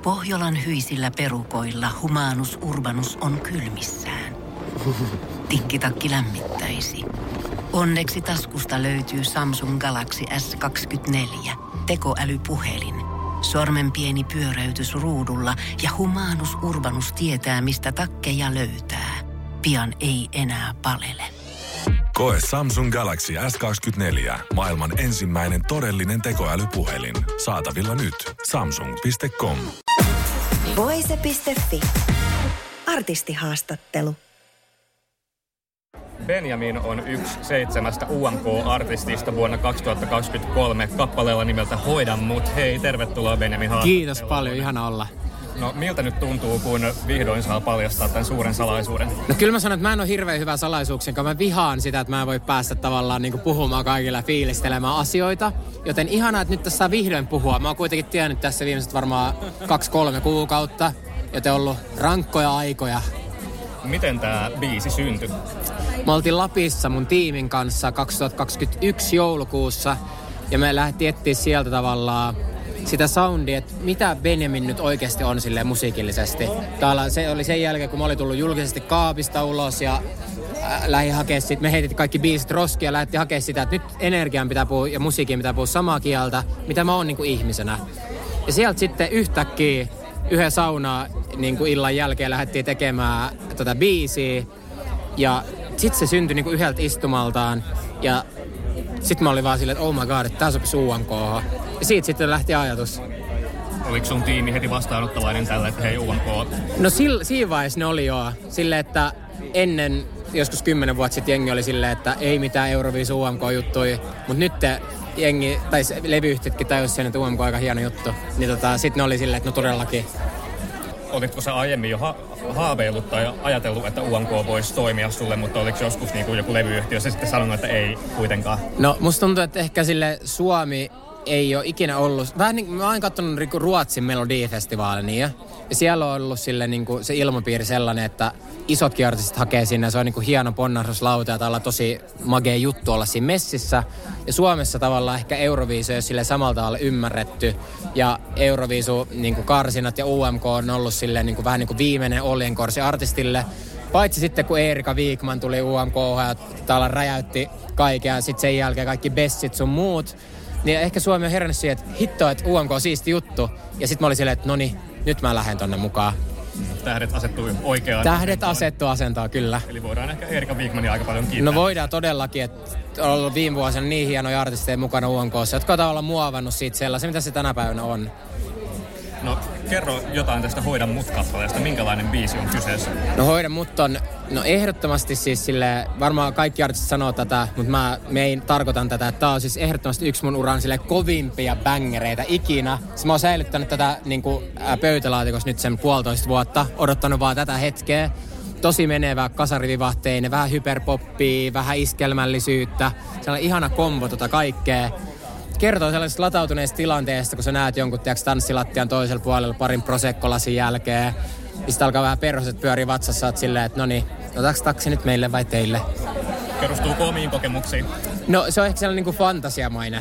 Pohjolan hyisillä perukoilla Humanus Urbanus on kylmissään. Tikkitakki lämmittäisi. Onneksi taskusta löytyy Samsung Galaxy S24. Tekoälypuhelin. Sormen pieni pyöräytys ruudulla ja Humanus Urbanus tietää, mistä takkeja löytää. Pian ei enää palele. Koe Samsung Galaxy S24. Maailman ensimmäinen todellinen tekoälypuhelin. Saatavilla nyt. Samsung.com. Voise.fi. Artistihaastattelu. Benjamin on yksi 7 UMK-artistista vuonna 2023 kappaleella nimeltä Hoida mut. Hei, tervetuloa Benjamin haastatteluun. Kiitos paljon, ihana olla. No miltä nyt tuntuu, kun vihdoin saa paljastaa tämän suuren salaisuuden? No kyllä mä sanon, että mä en ole hirveän hyvä salaisuuksien, koska mä vihaan sitä, että mä en voi päästä tavallaan niin kuin puhumaan kaikille, fiilistelemään asioita. Joten ihanaa, että nyt tässä saa vihdoin puhua. Mä oon kuitenkin tiennyt tässä viimeiset varmaan 2-3 kuukautta, joten on ollut rankkoja aikoja. Miten tää biisi syntyi? Me oltiin Lapissa mun tiimin kanssa 2021 joulukuussa ja me lähdettiin etsiä sieltä tavallaan sitä soundia, että mitä Benjamin nyt oikeasti on silleen musiikillisesti. Täällä se oli sen jälkeen, kun mä olin tullut julkisesti kaapista ulos ja lähdin hakemaan sit, me heitettiin kaikki biisit roskiin ja lähdettiin hakemaan sitä, että nyt energian pitää puhua ja musiikin pitää puhua samaa kieltä, mitä mä oon niin kuin ihmisenä. Ja sieltä sitten yhtäkkiä yhden saunaa niin kuin illan jälkeen lähdettiin tekemään tätä biisiä ja sitten se syntyi niin kuin yhdeltä istumaltaan ja sitten mä olin vaan silleen, että oh my god, että tää sopisi UMK:han. Ja siitä sitten lähti ajatus. Oliko sun tiimi heti vastaanottavainen tällä, että hei UMK? No siinä vaiheessa ne oli jo. Silleen, että ennen joskus 10 vuotta sitten jengi oli silleen, että ei mitään Euroviisu UMK-juttui. Mutta nyt jengi, tai levyyhtiötkin tajusi sen, että UMK on aika hieno juttu. Niin sitten ne oli silleen, että no todellakin. Olitko sä aiemmin jo haaveillut tai ajatellut, että UMK voisi toimia sulle, mutta oliko joskus niin kuin joku levyyhtiö se sitten sanonut, että ei kuitenkaan? No musta tuntuu, että ehkä sille Suomi ei ole ikinä ollut. Vähän niin kuin mä oon katsonut Ruotsin Melodifestivaalin niin, ja siellä on ollut sille niin kuin se ilmapiiri sellainen, että isotkin artistit hakee sinne. Se on niin kuin hieno ponnahduslauta ja täällä on tosi magea juttu olla siinä messissä. Ja Suomessa tavallaan ehkä Euroviisu ei ole sille samalta tavalla ymmärretty. Ja Euroviisu niin kuin karsinat ja UMK on ollut sille niin kuin vähän niin kuin viimeinen oljenkorsi artistille. Paitsi sitten kun Erika Wikman tuli UMK ja täällä räjäytti kaikkea ja sitten sen jälkeen kaikki bessit sun muut. Niin ehkä Suomi on herännyt siihen, että hitto, että UMK on siisti juttu. Ja sitten mä olin silleen, että noni, nyt mä lähden tonne mukaan. Tähdet asettui oikeaan Tähdet asettuu asentoon, kyllä. Eli voidaan ehkä Erika Wikmania aika paljon kiittää. No voidaan todellakin, että on ollut viime vuosina niin hienoja artisteja mukana UMK:ssa, jotka on tavallaan muovannut siitä sellaisen, mitä se tänä päivänä on. No kerro jotain tästä Hoida mut-kappaleesta. Minkälainen biisi on kyseessä? No Hoida mut on, no ehdottomasti siis sille, varmaan kaikki artistit sanoo tätä, mutta mä ei tarkoitan tätä, että tää on siis ehdottomasti yksi mun uran sille kovimpia bängereitä ikinä. Siis mä oon säilyttänyt tätä niin kuin pöytälaatikossa nyt sen 1,5 vuotta, odottanut vaan tätä hetkeä. Tosi menevä kasarivivahteinen, vähän hyperpoppia, vähän iskelmällisyyttä, sellainen ihana kombo kaikkea. Kertoo sellaisesta latautuneesta tilanteesta, kun sä näet jonkun tanssilattian toisella puolella parin prosekkolasin jälkeen. Ja sitten alkaa vähän perhoset pyörii vatsassa, oot silleen, että noniin, otaks taksi nyt meille vai teille? Perustuuko omiin kokemuksiin? No se on ehkä sellainen niin kuin fantasiamainen.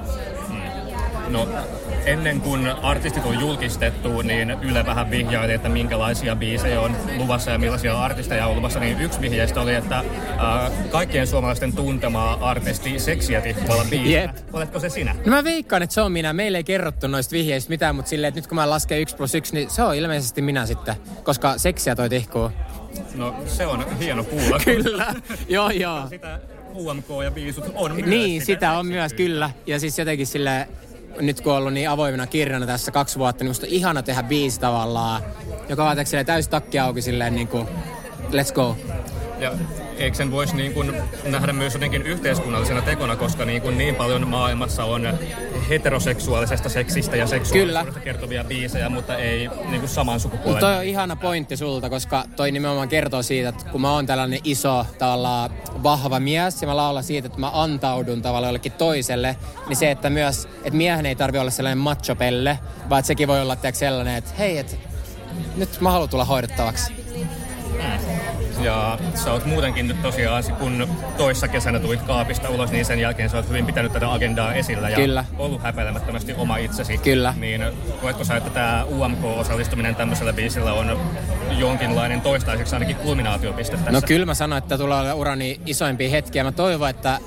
No ennen kuin artistit on julkistettu, niin Yle vähän vihjaili, että minkälaisia biisejä on luvassa ja millaisia artisteja on luvassa. Niin yksi vihjeistä oli, että kaikkien suomalaisten tuntemaa artisti seksiä tippuvalla biisillä. Yep. Oletko se sinä? No mä veikkaan, että se on minä. Meille ei kerrottu noista vihjeistä mitään, mutta silleen, että nyt kun mä lasken 1+1, niin se on ilmeisesti minä sitten, koska seksiä toi tihkuu. No se on hieno kuulla. Kyllä, joo. Sitä UMK ja biisut on myös. Niin, sitä on myös, kyllä. Ja siis jotenkin silleen, nyt kun on ollut niin avoimena kirjana tässä 2 vuotta, niin musta on ihana tehdä biisi tavallaan, joka vaan silleen täys takki auki silleen niin kuin, let's go. Ja eikö sen voisi niin kuin nähdä myös jotenkin yhteiskunnallisena tekona, koska niin paljon maailmassa on heteroseksuaalisesta seksistä ja seksuaalisuudesta kertovia biisejä, mutta ei niin kuin saman sukupuolen. Mutta toi on ihana pointti sulta, koska toi nimenomaan kertoo siitä, että kun mä oon tällainen iso, tavallaan vahva mies ja mä laulan siitä, että mä antaudun tavallaan jollekin toiselle, niin se, että myös, että miehen ei tarvitse olla sellainen machopelle, vaan että sekin voi olla sellainen, että hei, että nyt mä haluan tulla hoidettavaksi. Ja sä oot muutenkin nyt tosiaan, kun toissa kesänä tulit kaapista ulos, niin sen jälkeen sä oot hyvin pitänyt tätä agendaa esillä ja Kyllä. ollut häpeilemättömästi oma itsesi. Kyllä. Niin koetko sä, että tämä UMK-osallistuminen tämmöisellä biisillä on jonkinlainen toistaiseksi ainakin kulminaatiopiste tässä? No kyllä mä sanoin, että tulee olla urani isoimpia hetkiä. Mä toivon, että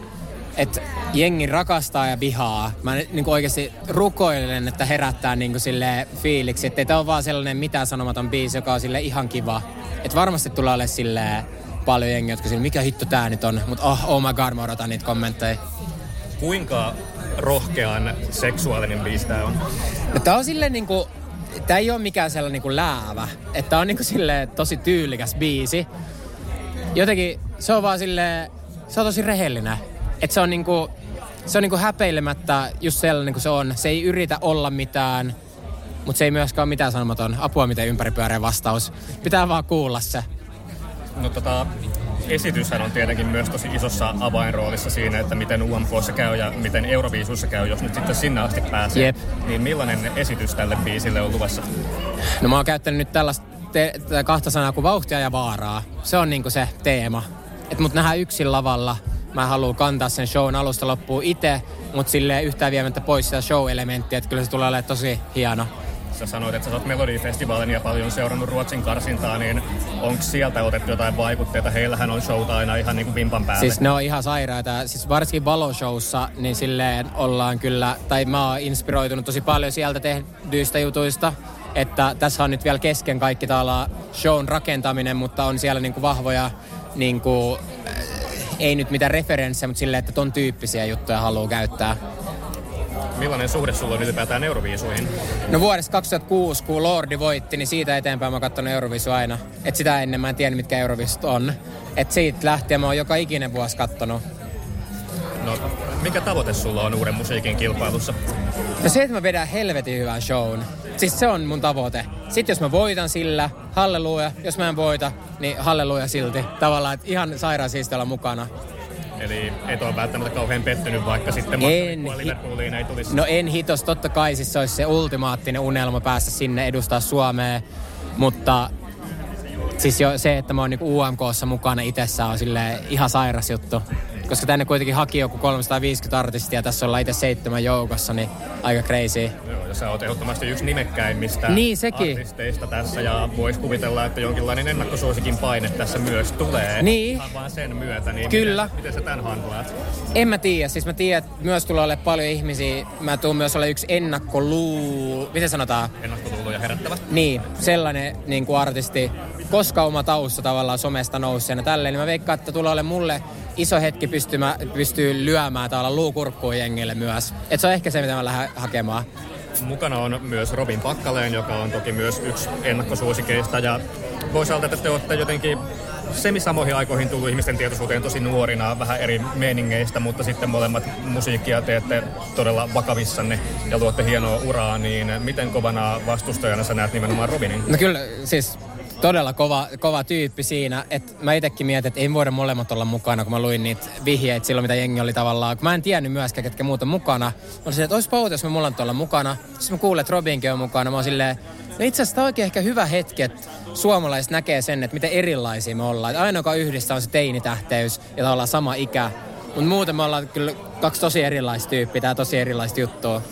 jengi rakastaa ja vihaa. Mä niin oikeasti rukoilen, että herättää niin sille fiiliksi. Että ei tää ole vaan sellainen mitään sanomaton biisi, joka on sille ihan kiva. Että varmasti tulee olemaan silleen paljon jengiä, jotka silleen, mikä hitto tää nyt on. Mutta oh my god, mä odotan niitä kommentteja. Kuinka rohkean seksuaalinen biisi tää on? No tää on silleen niinku, tää ei oo mikään sellainen niinku läävä. Että tää on niinku silleen tosi tyylikäs biisi. Jotenkin se on vaan silleen, se on tosi rehellinen. Että se on niinku häpeilemättä just sellainen kuin se on. Se ei yritä olla mitään, mutta se ei myöskään ole mitään sanomaton. Apua, miten ympäripyöreä vastaus. Pitää vaan kuulla se. No esityshän on tietenkin myös tosi isossa avainroolissa siinä, että miten UMK:ssa käy ja miten Euroviisussa käy, jos nyt sitten sinne asti pääsee. Jep. Niin millainen esitys tälle biisille on luvassa? No mä oon käyttänyt nyt tällaista kahta sanaa kuin vauhtia ja vaaraa. Se on niinku se teema. Että mut nähdään yksin lavalla. Mä haluan kantaa sen shown alusta loppuun itse, mutta silleen yhtään viemättä pois sitä show-elementtiä, että kyllä se tulee olemaan tosi hieno. Sä sanoit, että sä oot Melodifestivaalin ja paljon seurannut Ruotsin karsintaa, niin onko sieltä otettu jotain vaikutteita? Heillähän on showta aina ihan niin kuin vimpan päälle. Siis ne on ihan sairaita. Siis varsinkin Valo-showssa, niin silleen ollaan kyllä, tai mä oon inspiroitunut tosi paljon sieltä tehdyistä jutuista. Että tässä on nyt vielä kesken kaikki shown rakentaminen, mutta on siellä niinku vahvoja niinku, ei nyt mitään referenssejä, mutta silleen, että ton tyyppisiä juttuja haluaa käyttää. Millainen suhde sulla on ylipäätään Euroviisuihin? No vuodesta 2006, kun Lordi voitti, niin siitä eteenpäin mä oon kattonut Euroviisua aina. Et sitä ennen mä en tiedä, mitkä Euroviisut on. Et siitä lähtien mä oon joka ikinen vuosi kattonut. No, mikä tavoite sulla on uuden musiikin kilpailussa? No se, että mä vedän helvetin hyvän shown. Siis se on mun tavoite. Sitten jos mä voitan sillä, halleluja. Jos mä en voita, niin halleluja silti. Tavallaan, että ihan sairaan siistiä olla mukana. Eli et ole välttämättä kauhean pettynyt, vaikka sitten Liverpooliin ei tulisi. No en hitos, totta kai siis se olisi se ultimaattinen unelma päästä sinne edustaa Suomea. Mutta siis jo se, että mä oon niinku UMK:ssa mukana itsessään on silleen ihan sairas juttu. Koska tänne kuitenkin haki joku 350 artistia, tässä ollaan itse 7 joukossa, niin aika crazy. Joo, ja sä oot ehdottomasti yksi nimekkäimmistä artisteista tässä, ja vois kuvitella, että jonkinlainen ennakkosuosikin paine tässä myös tulee. Niin. Ihan vaan sen myötä, niin kyllä. Miten sä tän handlaat? En mä tiedä, siis mä tiedän, että myös tulee olemaan paljon ihmisiä. Mä tuun myös olemaan yksi miten sanotaan? Ennakkoluuloja herättävä. Niin, sellainen niin kuin artisti, koska oma tausta tavallaan somesta nousseena tälleen, niin mä veikkaan, että tulee olemaan mulle iso hetki pystyy lyömään tavallaan luukurkkuun jengille myös. Et se on ehkä se, mitä mä lähden hakemaan. Mukana on myös Robin Packalén, joka on toki myös yksi ennakkosuosikeista. Ja toisaalta, että te olette jotenkin semisamoihin aikoihin tullut ihmisten tietoisuuteen tosi nuorina, vähän eri meiningeistä, mutta sitten molemmat musiikkia teette todella vakavissanne ja luotte hienoa uraa, niin miten kovana vastustajana sä näet nimenomaan Robinin? No kyllä, siis todella kova tyyppi siinä, että mä itekin mietin, että ei voida molemmat olla mukana, kun mä luin niitä vihjeitä silloin, mitä jengi oli tavallaan. Kun mä en tiennyt myöskään, ketkä muut on mukana. Mä olin silleen, että oispa outo, jos me molemmat olla mukana. Sitten mä kuulin, että Robinkin on mukana. Mä oon silleen, no itse asiassa tää on oikein ehkä hyvä hetki, että suomalaiset näkee sen, että miten erilaisia me ollaan. Että ainoa, joka yhdistää, on se teinitähteys ja tavallaan sama ikä. Mutta muuten me ollaan kyllä 2 tosi erilaista tyyppiä, tää tosi erilaista juttua.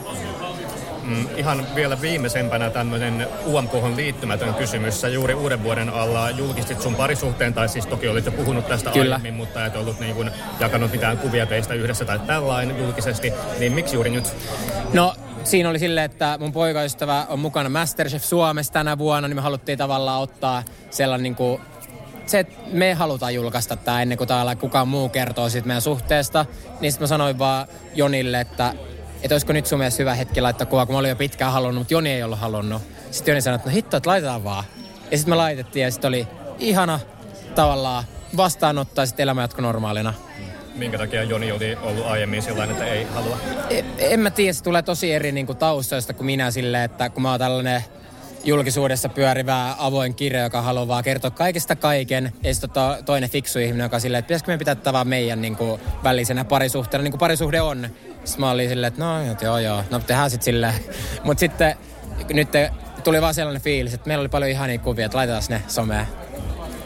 Ihan vielä viimeisempänä tämmöinen UMK:hon liittymätön kysymys. Sä juuri uuden vuoden alla julkistit sun parisuhteen, tai siis toki olit jo puhunut tästä aiemmin, mutta et ollut niin kuin jakanut mitään kuvia teistä yhdessä tai tällainen julkisesti. Niin miksi juuri nyt? No siinä oli silleen, että mun poikaystävä on mukana MasterChef Suomessa tänä vuonna, niin me haluttiin tavallaan ottaa sellainen niin kuin se, että me halutaan julkaista tää ennen kuin täällä kukaan muu kertoo siitä meidän suhteesta. Niin sitten mä sanoin vaan Jonille, että olisiko nyt sun mielestä hyvä hetki laittaa kuvaa, kun mä olin jo pitkään halunnut, mutta Joni ei ollut halunnut. Sitten Joni sanoi, että no hitto, että laitetaan vaan. Ja sitten me laitettiin ja sitten oli ihana tavallaan vastaanottaa ja sitten elämä jatkoi normaalina. Minkä takia Joni oli ollut aiemmin sellainen, että ei halua? En mä tiedä, se tulee tosi eri niin kuin taustoista kuin minä silleen, että kun mä oon tällainen julkisuudessa pyörivä avoin kirja, joka haluaa vaan kertoa kaikesta kaiken. Ja sitten toinen fiksu ihminen, joka on silleen, että pitäisikö meidän pitää tätä vaan meidän niin kuin välisenä parisuhteena, niin kuin parisuhde on. Sitten mä olin silleen, että no joo, no tehdään sitten silleen. Mutta sitten nyt tuli vaan sellainen fiilis, että meillä oli paljon ihania kuvia, että laitetaan ne someen.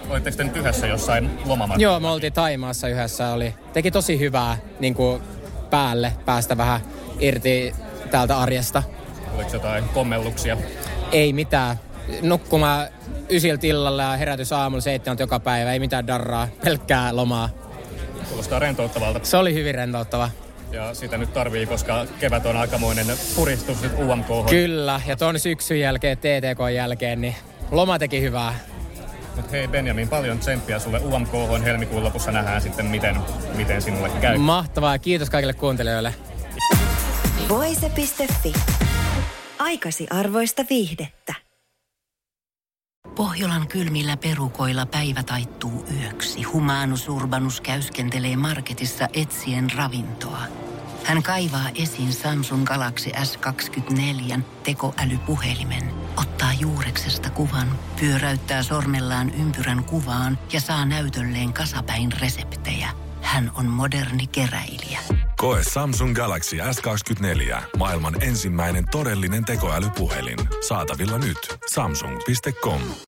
Olitteko te nyt yhdessä jossain lomamatkalla? Joo, me oltiin Thaimaassa yhdessä. Teki tosi hyvää niin kuin päälle päästä vähän irti täältä arjesta. Oliko jotain kommelluksia? Ei mitään. Nukkumaan 9 illalla ja herätys aamulla 7 joka päivä. Ei mitään darraa, pelkkää lomaa. Kuulostaa rentouttavalta. Se oli hyvin rentouttava. Ja sitä nyt tarvii, koska kevät on aikamoinen puristus nyt UMK:hon. Kyllä, ja ton syksyn jälkeen, TTK:n jälkeen, niin loma teki hyvää. Mut hei Benjamin, paljon tsemppiä sulle UMK:hon. Helmikuun lopussa nähdään sitten, miten sinulle käy. Mahtavaa, kiitos kaikille kuuntelijoille. Voise.fi. Aikasi arvoista viihdettä. Pohjolan kylmillä perukoilla päivä taittuu yöksi. Humanus Urbanus käyskentelee marketissa etsien ravintoa. Hän kaivaa esiin Samsung Galaxy S24 tekoälypuhelimen, ottaa juureksesta kuvan, pyöräyttää sormellaan ympyrän kuvaan ja saa näytölleen kasapäin reseptejä. Hän on moderni keräilijä. Koe Samsung Galaxy S24. Maailman ensimmäinen todellinen tekoälypuhelin. Saatavilla nyt. Samsung.com.